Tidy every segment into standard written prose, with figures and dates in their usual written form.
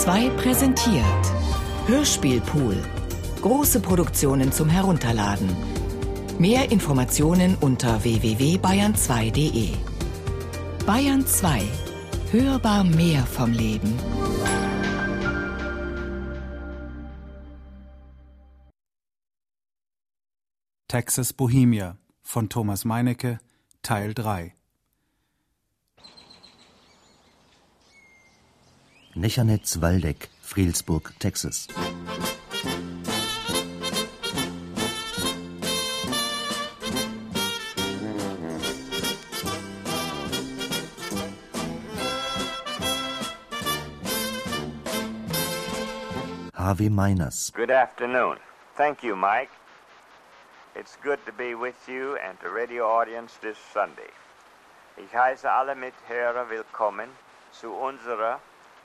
2 präsentiert Hörspielpool. Große Produktionen zum Herunterladen. Mehr Informationen unter www.bayern2.de. Bayern 2. Hörbar mehr vom Leben. Texas Bohemia von Thomas Meinecke, Teil 3. Necharnetz-Waldeck, Frielsburg, Texas. Harvey Meiners. Good afternoon. Thank you, Mike. It's good to be with you and the radio audience this Sunday. Ich heiße alle Mithörer willkommen zu unserer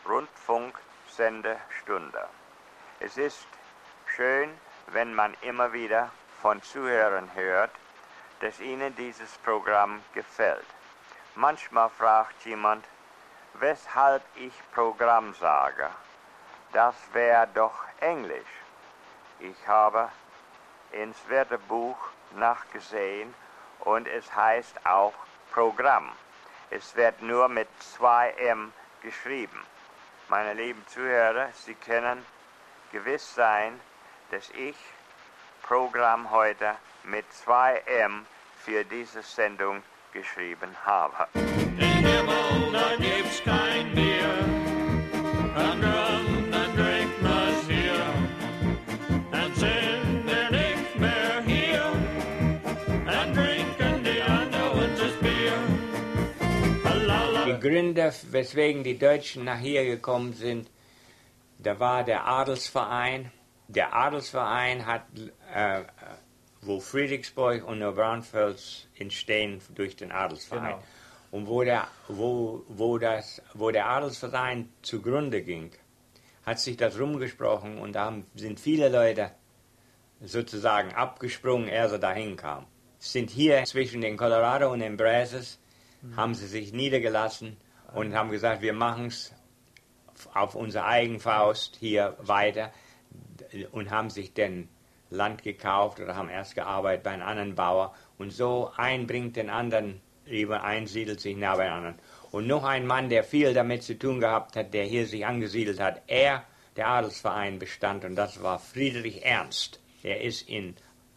Rundfunksendestunde. Es ist schön, wenn man immer wieder von Zuhörern hört, dass ihnen dieses Programm gefällt. Manchmal fragt jemand, weshalb ich Programm sage. Das wäre doch Englisch. Ich habe ins Wörterbuch nachgesehen und es heißt auch Programm. Es wird nur mit 2 M geschrieben. Meine lieben Zuhörer, Sie können gewiss sein, dass ich Programm heute mit 2 M für diese Sendung geschrieben habe. Im Himmel, da gibt's kein Bier. Dann drum, dann trinkt man's hier. Dann sind wir nicht mehr hier. Dann trinken die anderen das Bier. Die Gründe, weswegen die Deutschen nach hier gekommen sind, da war der Adelsverein. Der Adelsverein hat, wo Friedrichsburg und Neubraunfels entstehen durch den Adelsverein. Genau. Und wo der Adelsverein zugrunde ging, hat sich das rumgesprochen und da sind viele Leute sozusagen abgesprungen, ehe sie dahin kamen. Sind hier zwischen den Colorado und den Brazos, haben sie sich niedergelassen und haben gesagt, wir machen es auf unsere eigene Faust hier weiter und haben sich dann Land gekauft oder haben erst gearbeitet bei einem anderen Bauer und so ein bringt den anderen lieber, einsiedelt sich nah bei den anderen. Und noch ein Mann, der viel damit zu tun gehabt hat, der hier sich angesiedelt hat, der Adelsverein bestand und das war Friedrich Ernst. Der ist in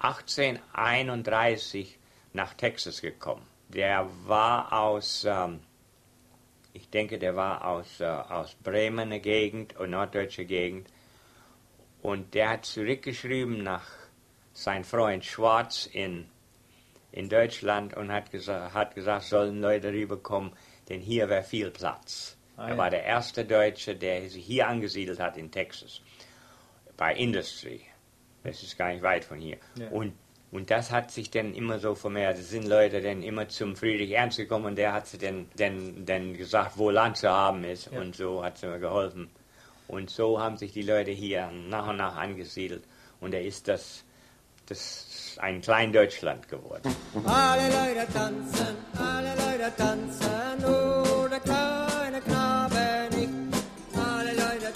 1831 nach Texas gekommen. Der war aus, ich denke, der war aus Bremen, eine Gegend, eine norddeutsche Gegend. Und der hat zurückgeschrieben nach seinem Freund Schwarz in Deutschland und hat gesagt, sollen Leute rüberkommen, denn hier wäre viel Platz. Er war der erste Deutsche, der sich hier angesiedelt hat in Texas, bei Industry. Das ist gar nicht weit von hier. Ja. Und das hat sich dann immer so vermehrt. Es sind Leute dann immer zum Friedrich Ernst gekommen und der hat sie dann gesagt, wo Land zu haben ist. Ja. Und so hat sie mir geholfen. Und so haben sich die Leute hier nach und nach angesiedelt. Und er ist das ein klein Deutschland geworden. Alle Leute tanzen, nur der kleine Knabe nicht. Alle Leute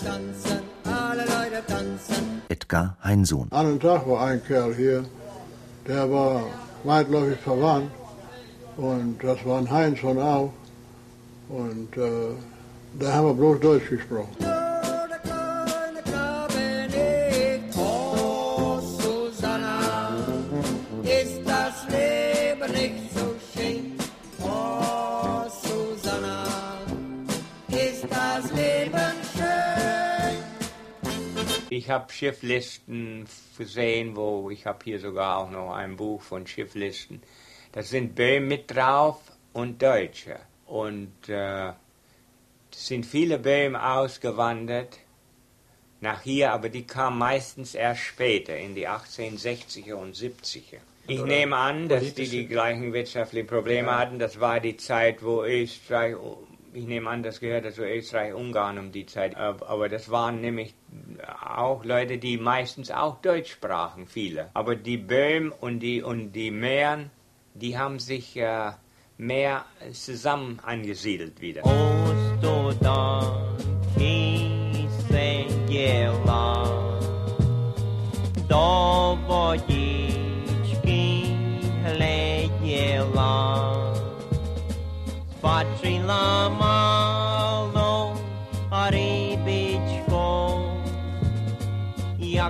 tanzen. Edgar Heinsohn. An einem Tag war ein Kerl hier, der war weitläufig verwandt. Und das war ein Heinsohn auch. Und da haben wir bloß Deutsch gesprochen. Ich habe Schifflisten gesehen, ich habe hier sogar auch noch ein Buch von Schifflisten. Da sind Böhmen mit drauf und Deutsche. Und es sind viele Böhmen ausgewandert nach hier, aber die kamen meistens erst später, in die 1860er und 70er. Ich nehme an, dass die gleichen wirtschaftlichen Probleme hatten. Das war die Zeit, wo Österreich... Ich nehme an, das gehörte zu Österreich-Ungarn um die Zeit. Aber das waren nämlich auch Leute, die meistens auch Deutsch sprachen, viele. Aber die Böhmen und die Mähren, die haben sich mehr zusammen angesiedelt wieder. Ostodon, Střílámalo a rybičkou, jak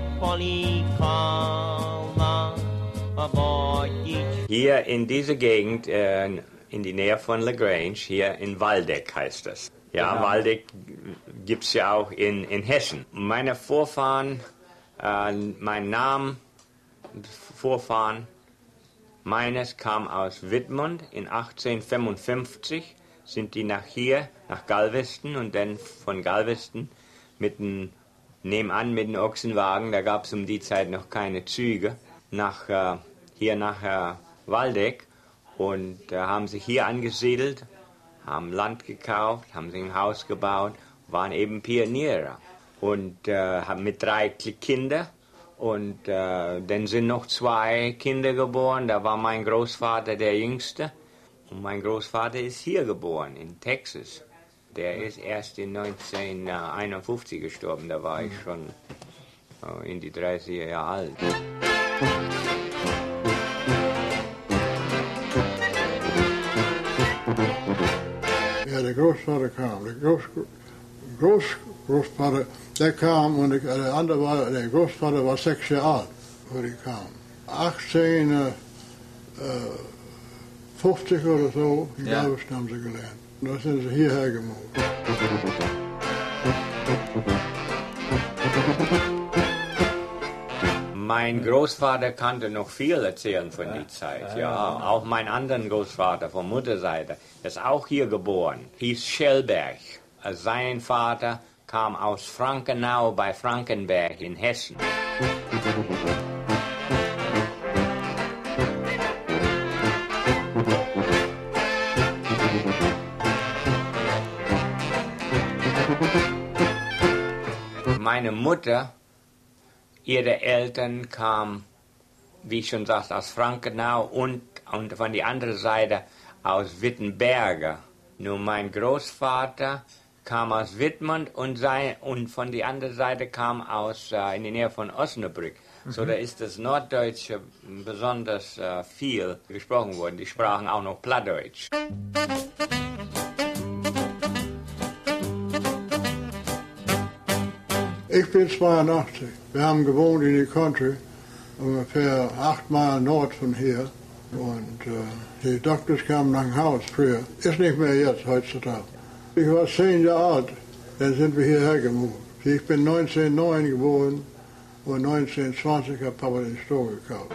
políkala a vodičkou. Hier in diese Gegend, in die Nähe von Lagrange, hier in Waldeck heißt das. Ja, genau. Waldeck gibt es ja auch in Hessen. Meine Vorfahren, mein Name, Vorfahren, meines kam aus Wittmund in 1855, sind die nach hier, nach Galveston und dann von Galveston nebenan mit dem Ochsenwagen, da gab es um die Zeit noch keine Züge, hier nach Waldeck und haben sich hier angesiedelt, haben Land gekauft, haben sich ein Haus gebaut, waren eben Pioniere und haben mit 3 Kinder und dann sind noch 2 Kinder geboren, da war mein Großvater der Jüngste und mein Großvater ist hier geboren, in Texas. Der ist erst in 1951 gestorben, da war ich schon in die 30er Jahre alt. Ja, der Großvater kam. Der Großvater, der kam und der andere war, der Großvater war 6 Jahre alt, wo die kam. 1850 oder so, in Galveston haben sie gelernt. Und da sind sie hierher gemoved. Mein Großvater kannte noch viel erzählen von der Zeit. Ja, auch mein anderen Großvater von Mutterseite ist auch hier geboren. Hieß Schellberg. Sein Vater kam aus Frankenau bei Frankenberg in Hessen. Meine Mutter, ihre Eltern kamen, wie ich schon sagte, aus Frankenau und von der anderen Seite aus Wittenberge. Nur mein Großvater kam aus Wittmund und von der anderen Seite kam aus in der Nähe von Osnabrück. So, da ist das Norddeutsche besonders viel gesprochen worden. Die sprachen auch noch Plattdeutsch. Ich bin 82. Wir haben gewohnt in die Country, ungefähr 8 Meilen nord von hier. Und die Doktors kamen nach dem Haus früher. Ist nicht mehr jetzt, heutzutage. Ich war 10 Jahre alt, dann sind wir hierher gemoved. Ich bin 1909 geboren und 1920 hat Papa den Store gekauft.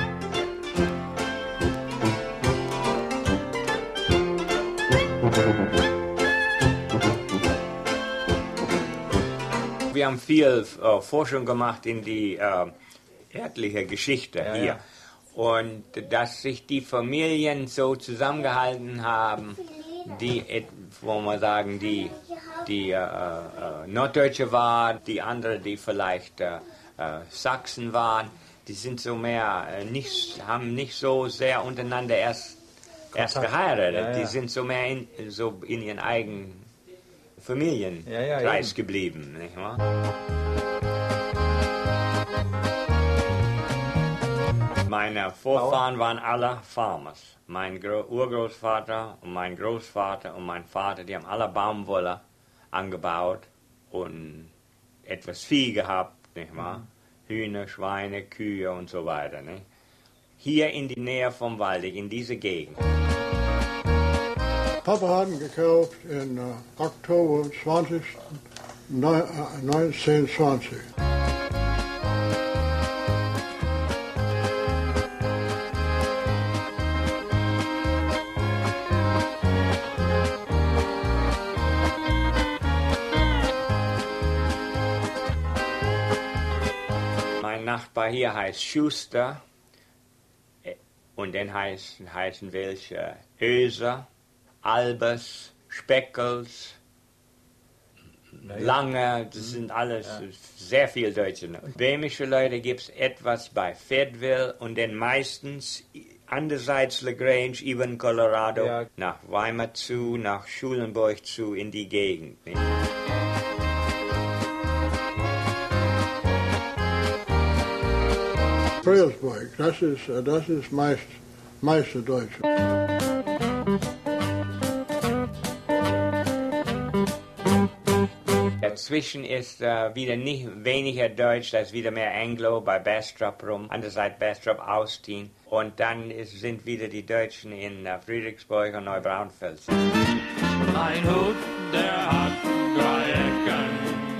Wir haben viel Forschung gemacht in die erdliche Geschichte hier. Ja. Und dass sich die Familien so zusammengehalten haben, die, wo man sagen, die Norddeutsche war, die andere, die vielleicht Sachsen waren, die sind so mehr haben nicht so sehr untereinander erst geheiratet. Ja, ja. Die sind so mehr in ihren eigenen Familienkreis geblieben, nicht wahr? Meine Vorfahren waren alle Farmers. Mein Urgroßvater und mein Großvater und mein Vater, die haben alle Baumwolle angebaut und etwas Vieh gehabt, nicht wahr? Hühner, Schweine, Kühe und so weiter, nicht? Hier in die Nähe vom Waldeck, in diese Gegend. Papa hat ihn gekauft im Oktober 20. 1920. Mein Nachbar hier heißt Schuster und dann heißen welche Öser, Albers, Speckels, Lange, das sind alles sehr viel Deutsche. Böhmische Leute gibt es etwas bei Fayetteville und dann meistens andererseits Lagrange, über Colorado, nach Weimar zu, nach Schulenburg zu, in die Gegend. Nicht? Freelsburg, das ist meiste Deutsche. dazwischen ist wieder nicht weniger Deutsch, da ist wieder mehr Anglo bei Bastrop rum, andererseits Bastrop Austin. Und dann sind wieder die Deutschen in Friedrichsburg und Neubraunfels. Mein Hut, der hat 3 Ecken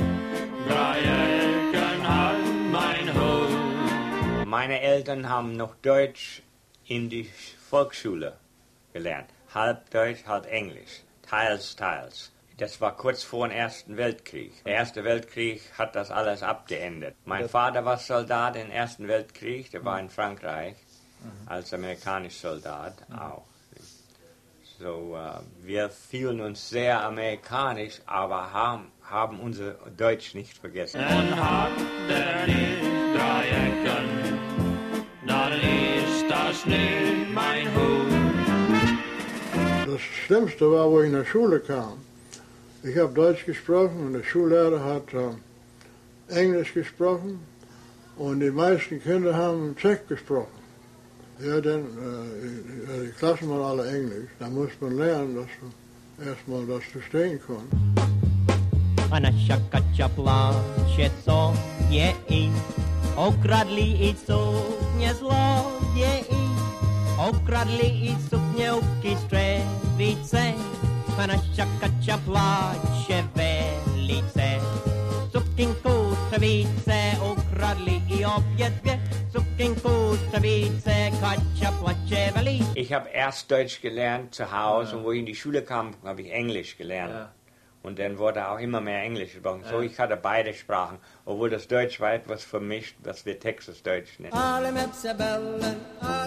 hat mein Hut. Meine Eltern haben noch Deutsch in die Volksschule gelernt. Halb Deutsch, halb Englisch. Teils. Das war kurz vor dem Ersten Weltkrieg. Der Erste Weltkrieg hat das alles abgeändert. Mein Vater war Soldat im Ersten Weltkrieg, der war in Frankreich, als amerikanischer Soldat auch. So, wir fühlen uns sehr amerikanisch, aber haben unser Deutsch nicht vergessen. Und hat der nicht 3 Ecken, dann ist das nicht mein Hut. Das Schlimmste war, wo ich in der Schule kam. Ich habe Deutsch gesprochen und der Schullehrer hat Englisch gesprochen und die meisten Kinder haben Tschechisch gesprochen. Ja, denn die Klassen waren alle Englisch. Da muss man lernen, dass du erstmal das verstehen kannst. A naša kača pláče, co je i, okradli i sukně zloději, okradli i sukňovky střevíce. A naša kača pláče velice, sukinku střevíce, okradli i obě dvě, sukinku střevíce, kača pláče velice. Ich habe erst Deutsch gelernt zu Hause und wo ich in die Schule kam, habe ich Englisch gelernt. Ja. Und dann wurde auch immer mehr Englisch gesprochen. So, ich hatte beide Sprachen, obwohl das Deutsch war etwas vermischt, was wir Texas-Deutsch nennen. Alle Mepsebellen,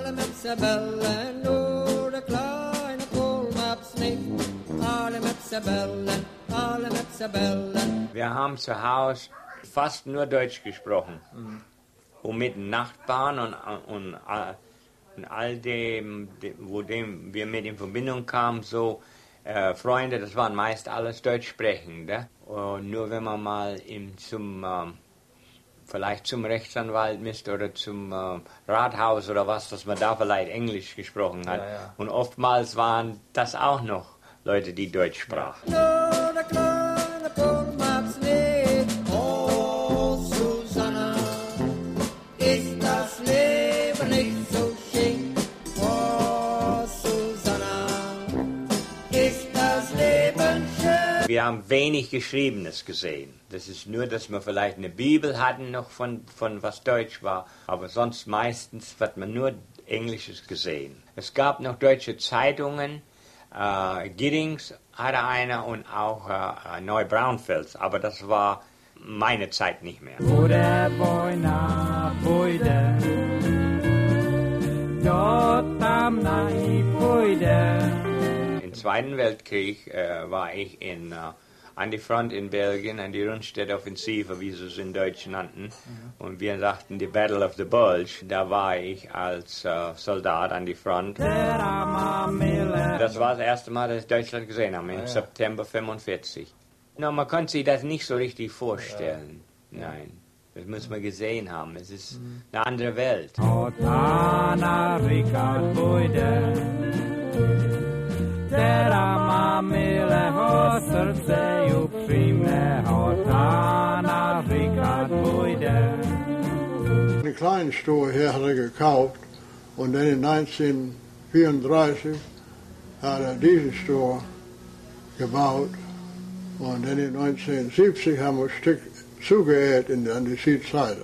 nur der kleine Kohlmaps nicht. Alle Mepsebellen. Wir haben zu Hause fast nur Deutsch gesprochen. Und mit den Nachbarn und all dem, wo wir mit in Verbindung kamen, so Freunde, das waren meist alles Deutschsprechende. Und nur wenn man mal vielleicht zum Rechtsanwalt müsste oder zum Rathaus oder was, dass man da vielleicht Englisch gesprochen hat. Ja. Und oftmals waren das auch noch Leute, die Deutsch sprachen. Nur der kleine Kohlmaps nicht. Oh, Susanna, ist das Leben nicht so schön? Oh, Susanna, ist das Leben schön? Wir haben wenig Geschriebenes gesehen. Das ist nur, dass wir vielleicht eine Bibel hatten noch von was Deutsch war, aber sonst meistens hat man nur Englisches gesehen. Es gab noch deutsche Zeitungen, Giddings hatte einer und auch Neubraunfels, aber das war meine Zeit nicht mehr. Im Zweiten Weltkrieg war ich an die Front in Belgien, an die Rundstedt-Offensive, wie sie es in Deutsch nannten. Und wir sagten, die Battle of the Bulge. Da war ich als Soldat an die Front. Das war das erste Mal, dass ich Deutschland gesehen habe, im September 1945. No, man konnte sich das nicht so richtig vorstellen. Nein, das muss man gesehen haben. Es ist eine andere Welt. Einen kleinen Store hier hat er gekauft und dann in 1934 hat er diesen Store gebaut und dann in 1970 haben wir ein Stück zugeäht an die Südseite.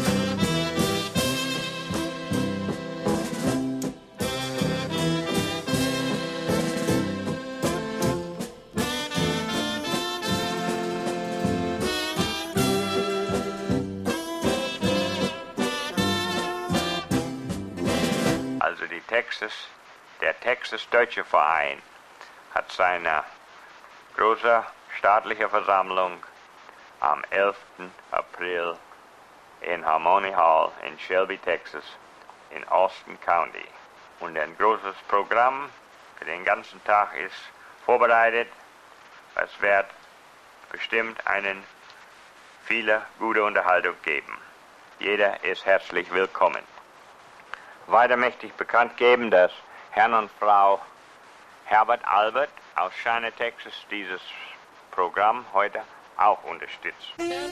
Der Texas-Deutsche Verein hat seine große staatliche Versammlung am 11. April in Harmony Hall in Shelby, Texas, in Austin County. Und ein großes Programm für den ganzen Tag ist vorbereitet. Es wird bestimmt viele gute Unterhaltung geben. Jeder ist herzlich willkommen. Weiter möchte ich bekannt geben, dass Herrn und Frau Herbert Albert aus Shiner, Texas, dieses Programm heute auch unterstützt.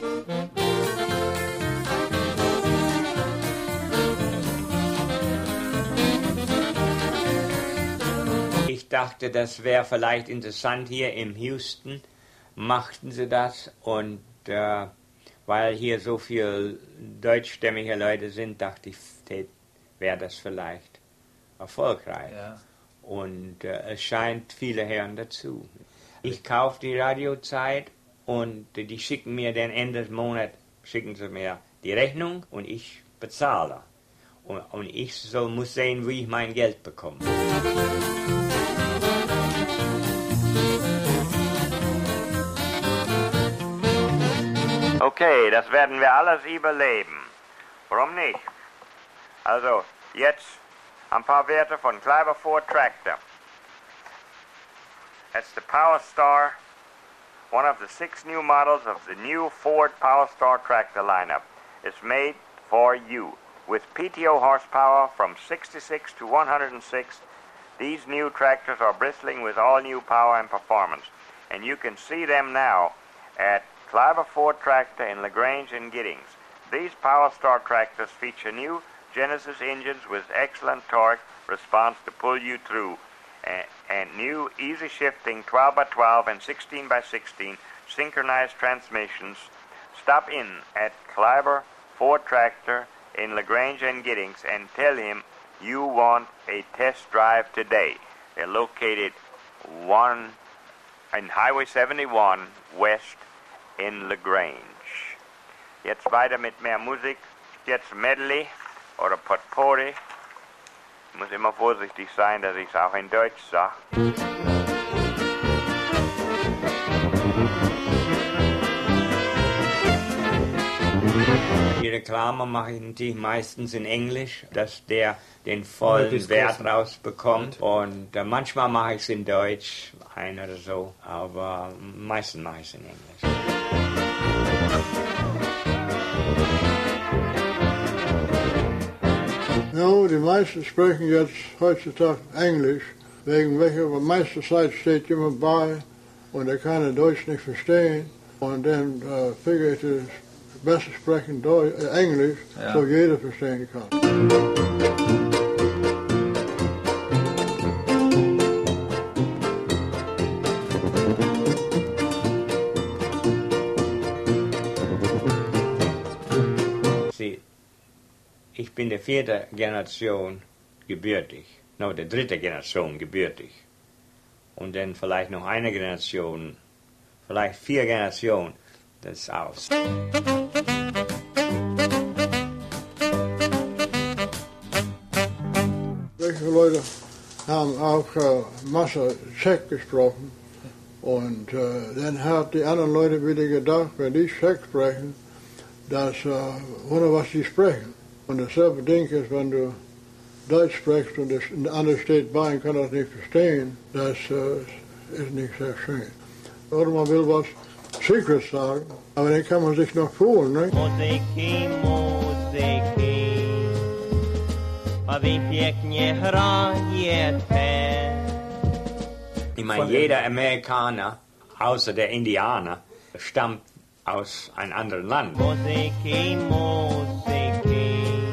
Ich dachte, das wäre vielleicht interessant hier in Houston, machten sie das und weil hier so viele deutschstämmige Leute sind, dachte ich, wäre das vielleicht erfolgreich. Ja. Und es scheint, viele hören dazu. Ich kaufe die Radiozeit und die schicken mir dann Ende des Monats, schicken sie mir die Rechnung und ich bezahle. Und ich muss sehen, wie ich mein Geld bekomme. Okay, das werden wir alles überleben. Warum nicht? Also, jetzt ein paar Werte von Cliver Ford Tractor. That's the Power Star, one of the 6 new models of the new Ford Power Star tractor lineup. It's made for you. With PTO horsepower from 66 to 106, these new tractors are bristling with all new power and performance. And you can see them now at Cliver Ford Tractor in LaGrange and Giddings. These Power Star tractors feature new Genesis engines with excellent torque response to pull you through, and new easy shifting 12x12 and 16x16 synchronized transmissions. Stop in at Cliver Ford Tractor in LaGrange and Giddings and tell him you want a test drive today. They're located in Highway 71 West in LaGrange. Jetzt weiter mit mehr Musik. Jetzt Medley oder Potpourri. Ich muss immer vorsichtig sein, dass ich es auch in Deutsch sage. Die Reklame mache ich natürlich meistens in Englisch, dass der den vollen Wert rausbekommt. Und manchmal mache ich es in Deutsch, ein oder so, aber meistens mache ich es in Englisch. Ja, die meisten sprechen jetzt heutzutage Englisch, wegen welcher meiste Zeit steht jemand bei und er kann Deutsch nicht verstehen. Und dann figure ich es besser sprechen Englisch, ja, so jeder verstehen kann. Ich bin der 4. Generation gebürtig, der 3. Generation gebürtig. Und dann vielleicht noch eine Generation, vielleicht 4 Generationen, das ist aus. Welche Leute haben auch Masse Tschechisch gesprochen und dann hat die anderen Leute wieder gedacht, wenn die Tschechisch sprechen, dass ohne was sie sprechen. Und dasselbe Ding ist, wenn du Deutsch sprichst und der andere steht bei und kann das nicht verstehen, das ist nicht sehr schön. Oder man will was Secrets sagen, aber dann kann man sich noch fühlen, ne? Muzyki, muzyki, a vy pěkně hrajete. Ich meine, jeder Amerikaner, außer der Indianer, stammt aus einem anderen Land. Muzyki, muzyki,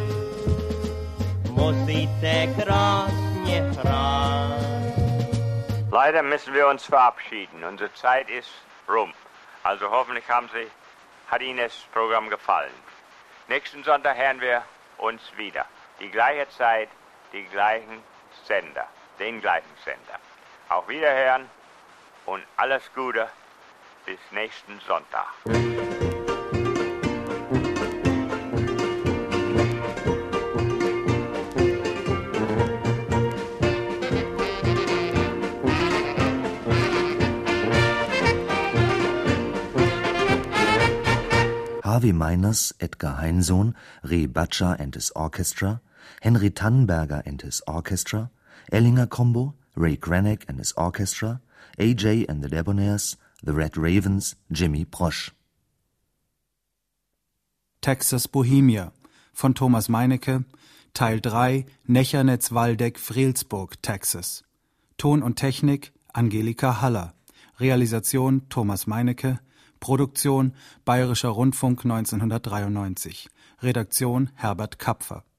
musíte krásně hrát. Leider müssen wir uns verabschieden. Unsere Zeit ist rum. Also hoffentlich hat Ihnen das Programm gefallen. Nächsten Sonntag hören wir uns wieder. Die gleiche Zeit, die gleichen Sender, den gleichen Sender. Auf Wiederhören und alles Gute bis nächsten Sonntag. Harvey Miners, Edgar Heinsohn, Ray Butcher and his Orchestra, Henry Tannberger and his Orchestra, Ellinger Combo, Ray Granick and his Orchestra, AJ and the Debonaires, The Red Ravens, Jimmy Prosch. Texas Bohemia von Thomas Meinecke, Teil 3, Nechernetz-Waldeck-Frelsburg, Texas. Ton und Technik Angelika Haller. Realisation Thomas Meinecke. Produktion Bayerischer Rundfunk 1993. Redaktion Herbert Kapfer.